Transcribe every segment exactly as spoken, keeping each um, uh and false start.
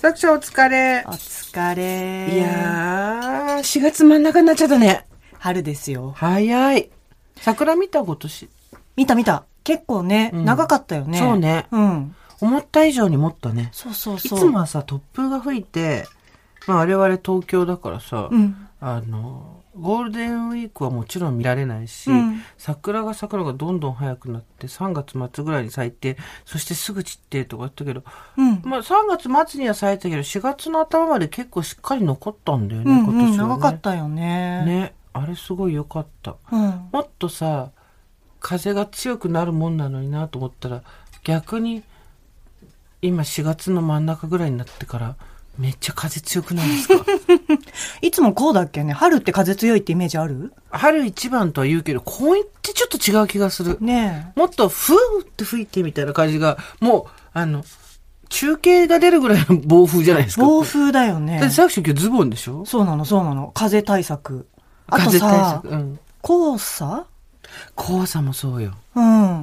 さくちゃんお疲れ。 お疲れ。 いやー、しがつ真ん中になっちゃったね。 春ですよ。 早い。桜見た今年。 見た見た。結構ね、 うん、 長かったよね。 そうね。 うん。 思った以上にもっとね。 そうそうそう。 いつもはさ、突風が吹いて、まあ我々東京だからさ、 うん、 あの、ゴールデンウィークはもちろん見られないし、うん、桜が桜がどんどん早くなってさんがつ末ぐらいに咲いて、そしてすぐ散ってとか言ったけど、うん、まあさんがつ末には咲いたけどしがつの頭まで結構しっかり残ったんだよね、うんうん、今年はね。 長かったよね。 ね、あれすごい良かった、 うん、 もっとさ風が強くなるもんなのになと思ったら、逆に今しがつの真ん中ぐらいになってからめっちゃ風強くないですか？ いつもこうだっけね。春って風強いってイメージある？ 春一番とは言うけど、こう言ってちょっと違う気がする。 ねえ。もっとふーって吹いてみたいな感じが、もう、あの、中継が出るぐらいの暴風じゃないですか。 暴風だよね。 だってさくちゃん今日ズボンでしょ？ そうなの、そうなの。風対策。あと風対さ、 策。うん。 黄砂？ 黄砂もそうよ。 うん。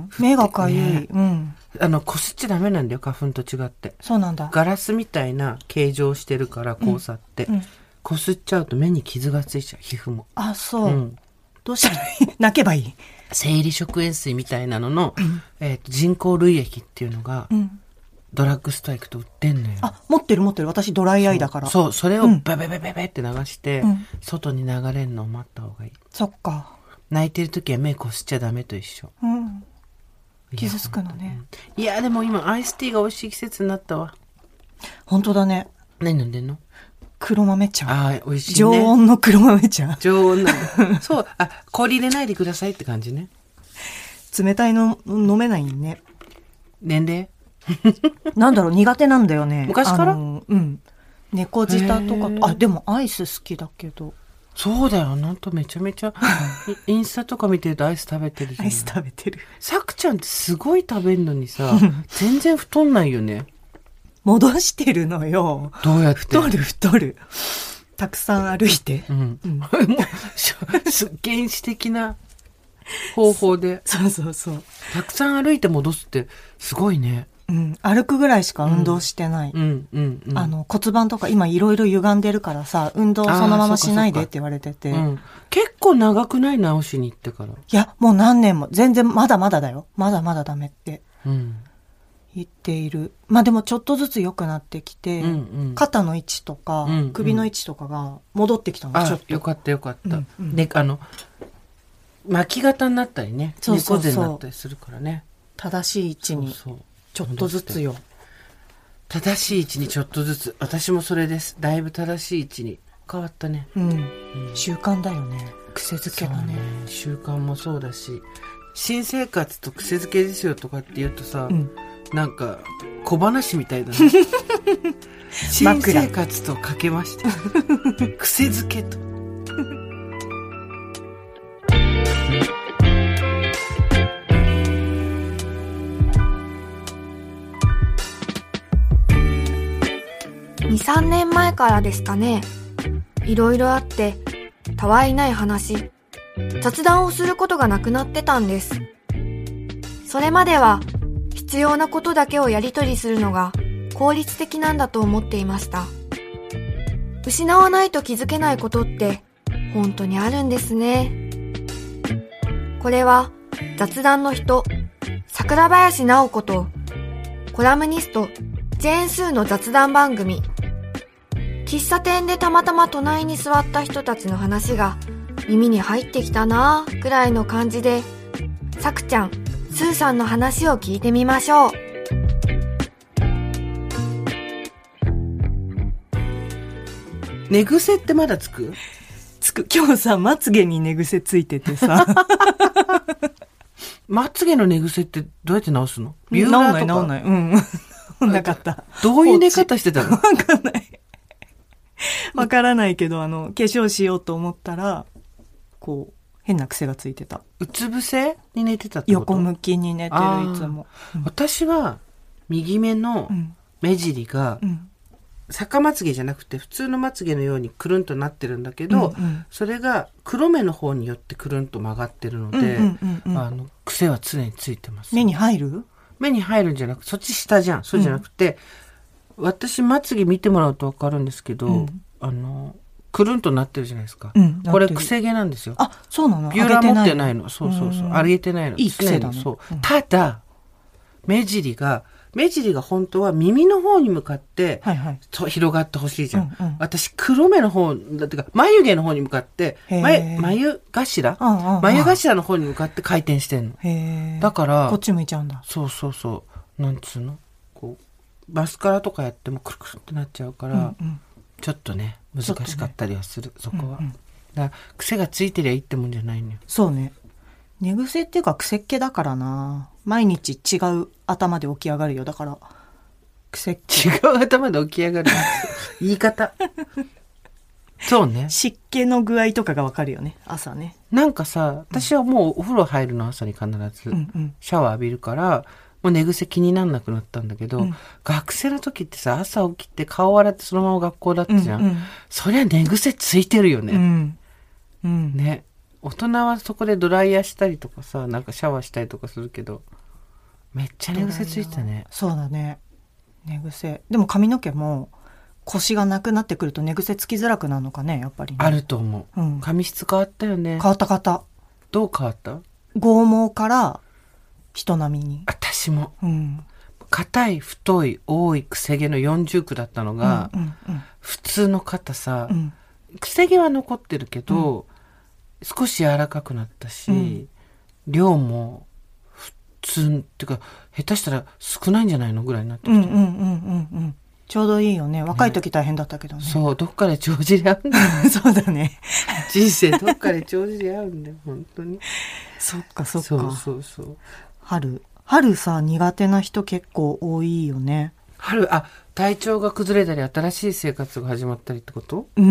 目がかゆい。ね、うん。 あの、こすっちゃダメなんだよ、花粉と違って。 そうなんだ。 ガラスみたいな形状してるから、黄砂って。うんうん、こすっちゃうと目に傷がついちゃう、皮膚も。 あ、そう。うん、どうしたらいい？泣けばいい？ 生理食塩水みたいなのの、うん、えーと、人工涙液っていうのが、うん、ドラッグストア行くと売ってんのよ。 あ、持ってる持ってる。私ドライアイだから。 そう、それをベベベベベって流して、うん、外に流れるのを待った方がいい。 そっか。 泣いてる時は目こすっちゃダメと一緒。 うん。傷つくのね。 いや、でも今アイスティーが美味しい季節になったわ。 本当だね。 何飲んでんの？ 黒豆茶。 ああ、美味しいね。 常温の黒豆茶。 常温なの。そう、あ、氷入れないでくださいって感じね。 冷たいの飲めないね。 年齢？ なんだろう、苦手なんだよね。 昔から？ うん。猫舌とか、あ、でもアイス好きだけど。 そうだよ、なんとめちゃめちゃインスタとか見てるとアイス食べてるじゃん。 アイス食べてる。 さくちゃんってすごい食べんのにさ全然太んないよね。 戻してるのよ。 どうやって？ 太る太る。たくさん歩いて。 うんうん、もう原始的な方法で。 そうそうそう。 たくさん歩いて戻すってすごいね。 うん、歩くぐらいしか運動してない。 うんうんうん、 あの骨盤とか今いろいろ歪んでるからさ、運動そのまましないでって言われてて、 うん、結構長くない？直しに行ってから。いやもう何年も全然まだまだだよ。まだまだダメって言っている。まあでもちょっとずつ良くなってきて、うんうん、肩の位置とか、うんうん、首の位置とかが戻ってきたの。 あ、 ちょっとよかったよかった。 うんうん、 で、あの巻き型になったりね、 そうそうそう、 猫背になったりするからね。 正しい位置に。そうそう、ちょっとずつよ。 正しい位置にちょっとずつ。私もそれです。だいぶ正しい位置に変わったね。 うん。うん、習慣だよね。癖づけがね。 習慣もそうだし、新生活と癖づけですよとかって言うとさ、うん、なんか小話みたいだね。新生活とかけました。癖づけと。 にさんねんまえからですかね。いろいろあってたわいない話、雑談をすることがなくなってたんです。それまでは必要なことだけをやり取りするのが効率的なんだと思っていました。失わないと気づけないことって本当にあるんですね。これは雑談の人、桜林直子とコラムニストジェーンスーの雑談番組。喫茶店でたまたま隣に座った人たちの話が耳に入ってきたなぁくらいの感じで、さくちゃん、スーさんの話を聞いてみましょう。 寝癖ってまだつく？ つく。今日さ、まつげに寝癖ついててさ。 まつげの寝癖ってどうやって直すの？ビューラーとか？ 治んない治んない。うん。なかった。 どういう寝方してたの？ わかんない。わからないけど、あの、化粧しようと思ったら、こう、変な癖がついてた。 うつ伏せに寝てたってこと？ 横向きに寝てる、いつも。 うん、私は、右目の目尻が、うん、逆まつげじゃなくて、普通のまつげのようにくるんとなってるんだけど、うんうん、それが黒目の方によってくるんと曲がってるので、うんうんうんうん、あの、癖は常についてます。 目に入る？ 目に入るんじゃなくて、そっち下じゃん。そうじゃなくて、 私、まつげ見てもらうと分かるんですけど、うん、あの、くるんとなってるじゃないですか。うん、これ、癖毛なんですよ。 あ、そうなの？ ビューラー持ってないの。そうそうそう。上げてないの。 いい癖だね。 そう。うん、ただ、目尻が、目尻が本当は耳の方に向かって、はいはい、広がってほしいじゃん。うんうん、私、黒目の方、だってか、眉毛の方に向かって、眉、眉頭、うんうん、眉頭の方に向かって回転してんの。へだから、 こっち向いちゃうんだ。 そうそうそう。なんつうのこう、マスカラとかやってもくるくるってなっちゃうから、うんうん、ちょっとね、難しかったりはする、そこは。うんうん、だから癖がついてりゃいいってもんじゃないのよ。 そうね。寝癖っていうか癖っ気だからな。毎日違う頭で起き上がるよ。だから癖っ気。 違う頭で起き上がる言い方そうね。 湿気の具合とかが分かるよね、朝ね。 なんかさ、私はもうお風呂入るの朝に必ず、うんうん、シャワー浴びるからもう寝癖気になんなくなったんだけど、うん、学生の時ってさ、朝起きて顔洗ってそのまま学校だったじゃん、うんうん、そりゃ寝癖ついてるよね、うんうん、ね。大人はそこでドライヤーしたりとかさ、なんかシャワーしたりとかするけど、めっちゃ寝癖ついてたね。 そうだね、寝癖。でも髪の毛も腰がなくなってくると寝癖つきづらくなるのかね、やっぱりね。 あると思う、うん、髪質変わったよね。 変わった変わった。 どう変わった？ 剛毛から人並みに。 私も、うん、硬い太い多い癖毛のよんじゅう区だったのが、うんうんうん、普通の方さ、うん、癖毛は残ってるけど、うん少し柔らかくなったし、うん、量も普通っていうか下手したら少ないんじゃないのぐらいになってきて、うんうんうんうんうん、ちょうどいいよね。若い時大変だったけどね。 そう、どっかで帳尻合うんだよそうだね。 人生どっかで帳尻合うんだよ本当に。 そっかそっか。 そうそうそう。 春春さ苦手な人結構多いよね。 春、あ、体調が崩れたり新しい生活が始まったりってこと？ うん、うん、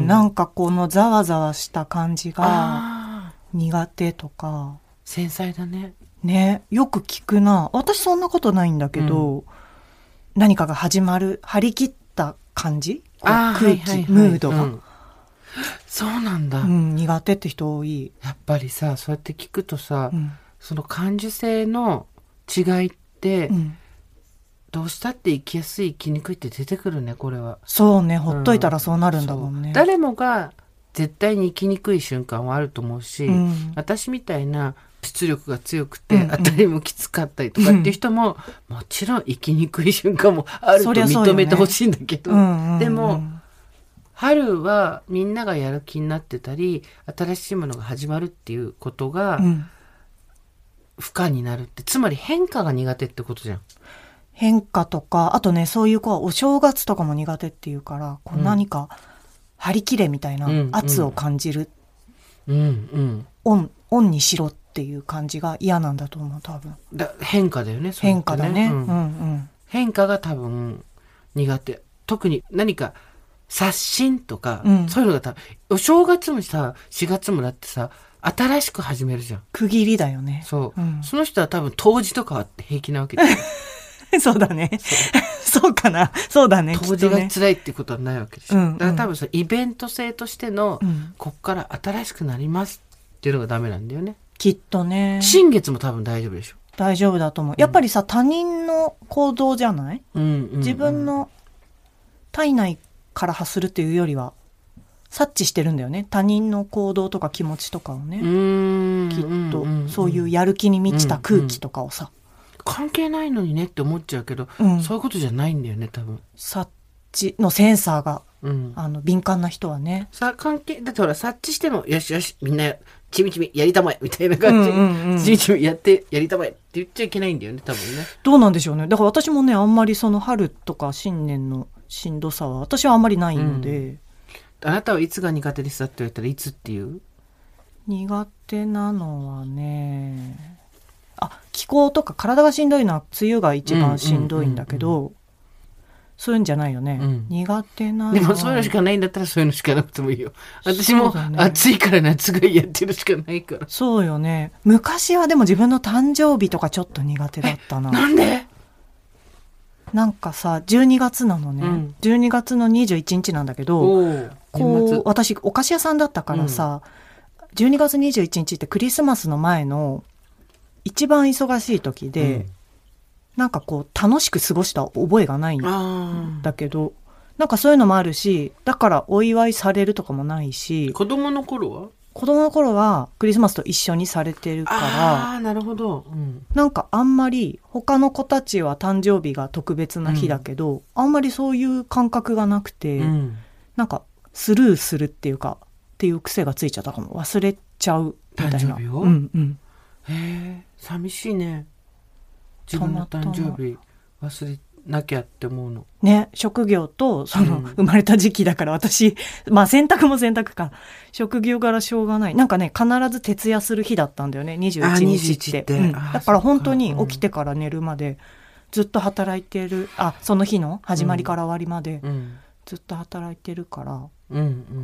なんかこのざわざわした感じが苦手とか。 繊細だね。 ね、よく聞くな。私そんなことないんだけど、うん、何かが始まる、張り切った感じ、空気、はいはいはい、ムードが、うん、 そうなんだ、 うん、苦手って人多い。 やっぱりさ、そうやって聞くとさ、うん、その感受性の違いって、うんどうしたって生きやすい生きにくいって出てくるね、これは。 そうね、ほっといたらそうなるんだもんね、 うん、誰もが絶対に生きにくい瞬間はあると思うし、うん、私みたいな出力が強くて、うんうん、当たりもきつかったりとかっていう人も、うん、もちろん生きにくい瞬間もあると認めてほしいんだけど、ねうんうん、でも春はみんながやる気になってたり新しいものが始まるっていうことが、うん、不可になるって、つまり変化が苦手ってことじゃん。 変化とか、あとね、そういう子はお正月とかも苦手っていうから、こう何か張り切れみたいな圧を感じる、うんうん、オン、オンにしろっていう感じが嫌なんだと思う、多分。 だ変化だよね、 それってね。変化だね、うんうんうん、 変化が多分苦手。特に何か刷新とか、うん、そういうのが多分お正月もさ、しがつもだってさ、新しく始めるじゃん。 区切りだよね。 そう、うん、その人は多分冬至とかあって平気なわけですよそうだね。そう、そうかな。そうだね。 当時が辛いってことはないわけでしょ。うんうん、だから多分そのイベント性としての、うん、こっから新しくなりますっていうのがダメなんだよね。 きっとね。 新月も多分大丈夫でしょ。 大丈夫だと思う。やっぱりさ、他人の行動じゃない、うんうんうん、自分の体内から発するっていうよりは、察知してるんだよね。他人の行動とか気持ちとかをね。うーんきっと、うんうん、そういうやる気に満ちた空気とかをさ。うんうん関係ないのにねって思っちゃうけど、うん、そういうことじゃないんだよね、多分。 察知のセンサーが、うん、あの敏感な人はね。 さ関係だってほら察知してもよしよしみんなちみちみやりたまえみたいな感じ、うんうんうん、ちみちみやってやりたまえって言っちゃいけないんだよね、多分ね。 どうなんでしょうね。だから私もね、あんまりその春とか新年のしんどさは私はあんまりないので、うん、 あなたはいつが苦手ですかって言われたらいつっていう？ 苦手なのはね、あ、気候とか体がしんどいのは梅雨が一番しんどいんだけど、うんうんうんうん、そういうんじゃないよね、うん、苦手な。 でもそういうのしかないんだったらそういうのしかなくてもいいよ。私も、ね、暑いから夏が嫌っていうのしかないから。 そうよね。昔はでも自分の誕生日とかちょっと苦手だったな。 なんで？ なんかさじゅうにがつなのね、うん、じゅうにがつのにじゅういちにちなんだけど、こう私お菓子屋さんだったからさ、うん、じゅうにがつにじゅういちにちってクリスマスの前の一番忙しい時で、うん、 なんかこう楽しく過ごした覚えがないんだけど、なんかそういうのもあるし、だからお祝いされるとかもないし。 子供の頃は子供の頃はクリスマスと一緒にされてるから、 ああなるほど、うん、 なんかあんまり他の子たちは誕生日が特別な日だけど、うん、あんまりそういう感覚がなくて、うん、なんかスルーするっていうかっていう癖がついちゃったかも。忘れちゃうみたいな。 誕生日を、うんうん、へえ寂しいね。自分の誕生日忘れなきゃって思うのね。職業とその、うん、生まれた時期だから私まあ選択も選択か、職業からしょうがない。なんかね必ず徹夜する日だったんだよね、にじゅういちにちって、うん、だから本当に起きてから寝るまでずっと働いてる、あその日の始まりから終わりまでずっと働いてるから、うんうん、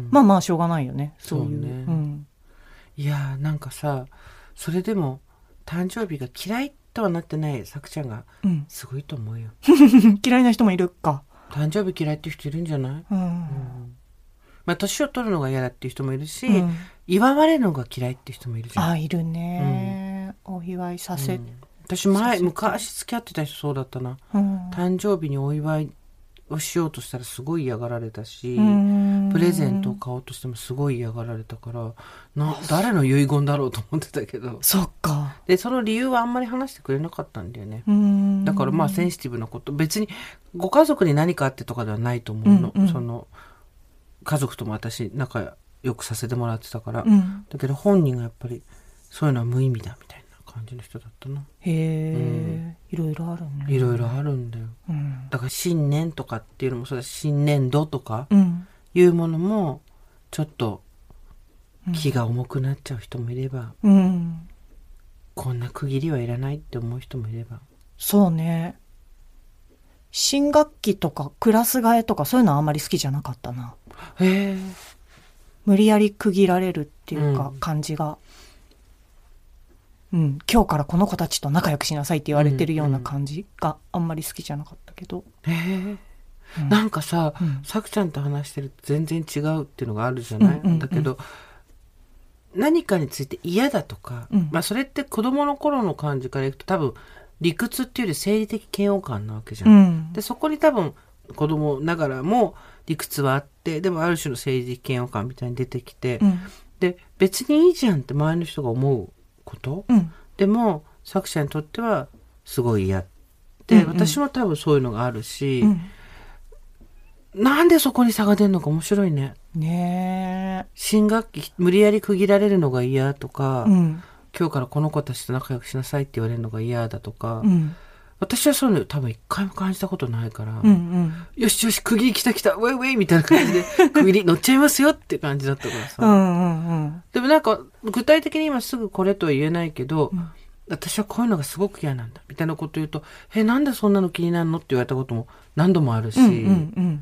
まあまあしょうがないよね、そういう、そうね、うん、 いやなんかさ、それでも誕生日が嫌いとはなってないさくちゃんがすごいと思うよ、 うん、嫌いな人もいるか。 誕生日嫌いっていう人いるんじゃない、うんうん、まあ年を取るのが嫌だっていう人もいるし、うん、祝われるのが嫌いっていう人もいるじゃん。 あいるね、うん、お祝いさせ、うん、 私前昔付き合ってた人そうだったな、うん、誕生日にお祝いをしようとしたらすごい嫌がられたし、プレゼントを買おうとしてもすごい嫌がられたから、な誰の遺言だろうと思ってたけど、 そっか。 でその理由はあんまり話してくれなかったんだよね。だからまあセンシティブなこと、別にご家族に何かあってとかではないと思うの、うんうん、その家族とも私仲良くさせてもらってたから、うん、だけど本人がやっぱりそういうのは無意味だみたいな感じの人だったな。 へえ、うん、いろいろあるね。 いろいろあるんだよ、うん、だから新年とかっていうのもそうだし、新年度とかいうものもちょっと気が重くなっちゃう人もいれば、うん、こんな区切りはいらないって思う人もいれば。 そうね、新学期とかクラス替えとかそういうのはあんまり好きじゃなかったな。 へえ、 無理やり区切られるっていうか、うん、感じが、うん、今日からこの子たちと仲良くしなさいって言われてるような感じがあんまり好きじゃなかったけど、 へえ、うん、なんかさ、うん、さくちゃんと話してると全然違うっていうのがあるじゃない、うんうんうん、だけど何かについて嫌だとか、うん、まあそれって子供の頃の感じからいくと多分理屈っていうより生理的嫌悪感なわけじゃん、うん、でそこに多分子供ながらも理屈はあって、でもある種の生理的嫌悪感みたいに出てきて、うん、で別にいいじゃんって周りの人が思うこと、うん、でも作者にとってはすごい嫌で、うんうん、私も多分そういうのがあるし、うん、なんでそこに差が出るのか面白いね。 ねえ、 新学期無理やり区切られるのが嫌とか、うん、今日からこの子たちと仲良くしなさいって言われるのが嫌だとか、うん、私はそういうの多分一回も感じたことないから、うんうん、よしよし区切り来た来たウェイウェイみたいな感じで区切り乗っちゃいますよって感じだったからさうんうん、うん、でもなんか具体的に今すぐこれとは言えないけど、うん、私はこういうのがすごく嫌なんだみたいなこと言うと、えなんでそんなの気になるのって言われたことも何度もあるし、うんうんうん、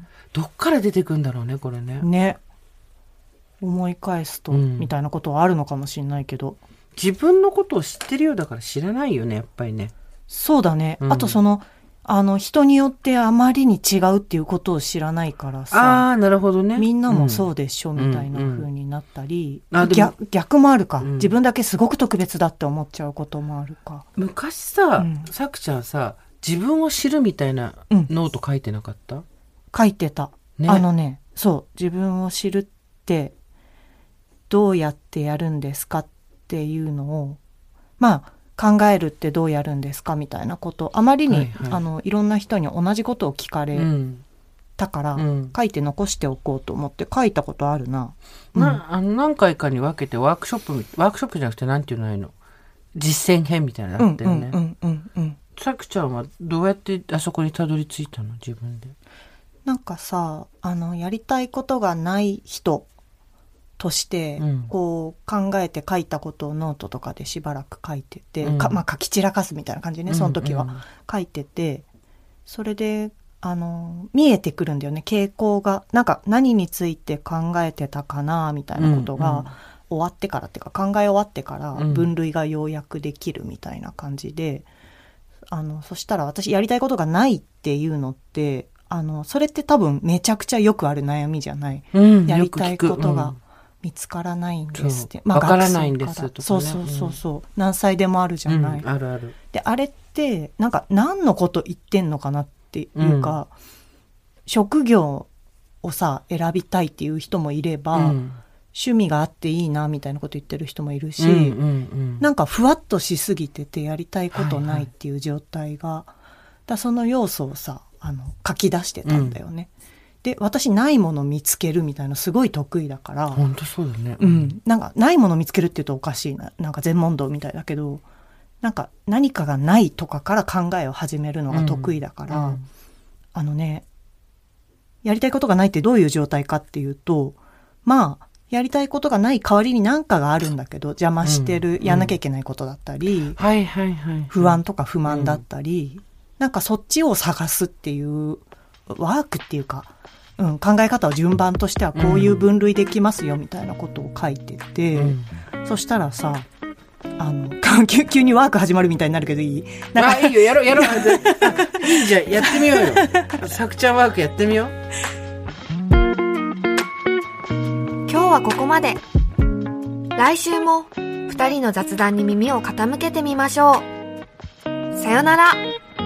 どっから出てくんだろうねこれね。 ね、思い返すと、うん、みたいなことはあるのかもしれないけど、 自分のことを知ってるようだから知らないよねやっぱりね。 そうだね、うん、あとそのあの人によってあまりに違うっていうことを知らないからさ、 あーなるほどね、 みんなもそうでしょ、うん、みたいな風になったり、うんうん、逆, 逆もあるか、うん、自分だけすごく特別だって思っちゃうこともあるか。 昔さ、うん、さくちゃんさ自分を知るみたいなノート書いてなかった？うん、 書いてた、ね、あのね、そう自分を知るってどうやってやるんですかっていうのをまあ考えるってどうやるんですかみたいなことあまりに、はいはい、あのいろんな人に同じことを聞かれたから、うん、書いて残しておこうと思って書いたことあるな、 うん、なあの何回かに分けてワークショップワークショップじゃなくてなんていうのないの実践編みたいなのあってるね。さくちゃんはどうやってあそこにたどり着いたの自分で？ なんかさあのやりたいことがない人として、うん、こう考えて書いたことをノートとかでしばらく書いてて、うんかまあ、書き散らかすみたいな感じね、その時は、うんうん、書いてて、それであの見えてくるんだよね、傾向が。なんか何について考えてたかなみたいなことが、うんうん、終わってからっていうか考え終わってから分類がようやくできるみたいな感じで、うん、あのそしたら私やりたいことがないっていうのってあのそれって多分めちゃくちゃよくある悩みじゃない、うん、やりたいことが見つからないんですって。 まあ、わからないんですとか、ね、 そうそうそうそう、うん、何歳でもあるじゃない、 うん、あるある。 であれってなんか何のこと言ってんのかなっていうか、うん、職業をさ選びたいっていう人もいれば、うん、趣味があっていいなみたいなこと言ってる人もいるし、うんうんうん、なんかふわっとしすぎててやりたいことないっていう状態が、はいはい、だその要素をさあの書き出してたんだよね、うん、で私ないものを見つけるみたいなすごい得意だから。 本当そうだね、 うん、なんかないものを見つけるって言うとおかしいな、なんか全問答みたいだけど、なんか何かがないとかから考えを始めるのが得意だから、うんうん、あのねやりたいことがないってどういう状態かっていうと、まあやりたいことがない代わりに何かがあるんだけど邪魔してる、うん、やんなきゃいけないことだったり、 はいはいはい、 不安とか不満だったり、うん、なんかそっちを探すっていうワークっていうか、うん、考え方を順番としてはこういう分類できますよみたいなことを書いてて、うん、そしたらさあの急, 急にワーク始まるみたいになるけどいい？ なんかあいいよやろうやろういいじゃんやってみようよさくちゃんワークやってみよう。 今日はここまで。来週もふたりの雑談に耳を傾けてみましょう。さよなら。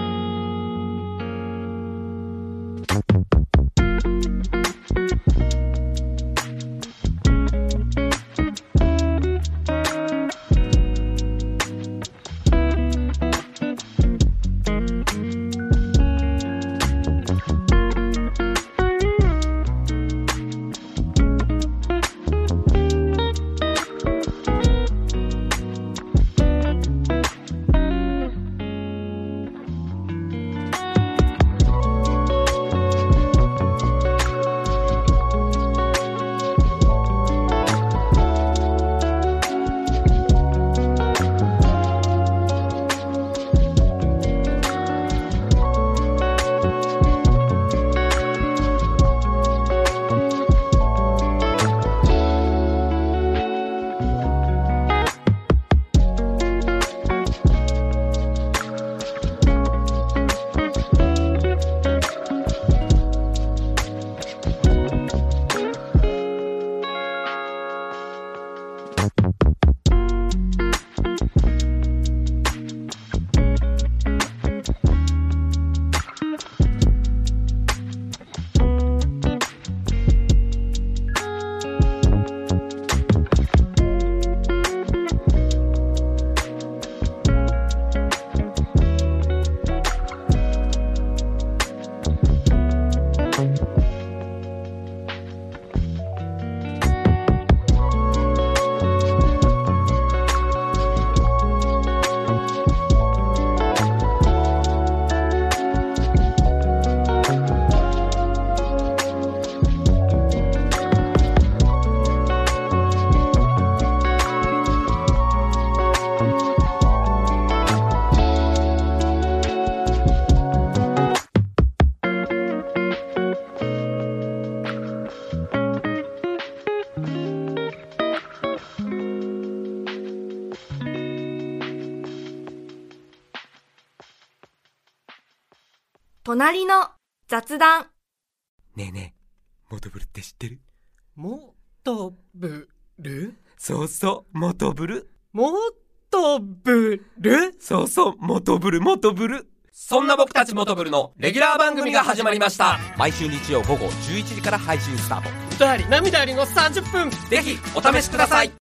隣の雑談。 ねえねえ、モトブルって知ってる？ モトブル？ そうそう、モトブル。 モトブル？ そうそう、モトブル、モトブル。そんな僕たちモトブルのレギュラー番組が始まりました。毎週日曜午後じゅういちじから配信スタート。 歌あり涙ありのさんじゅっぷん。 ぜひお試しください。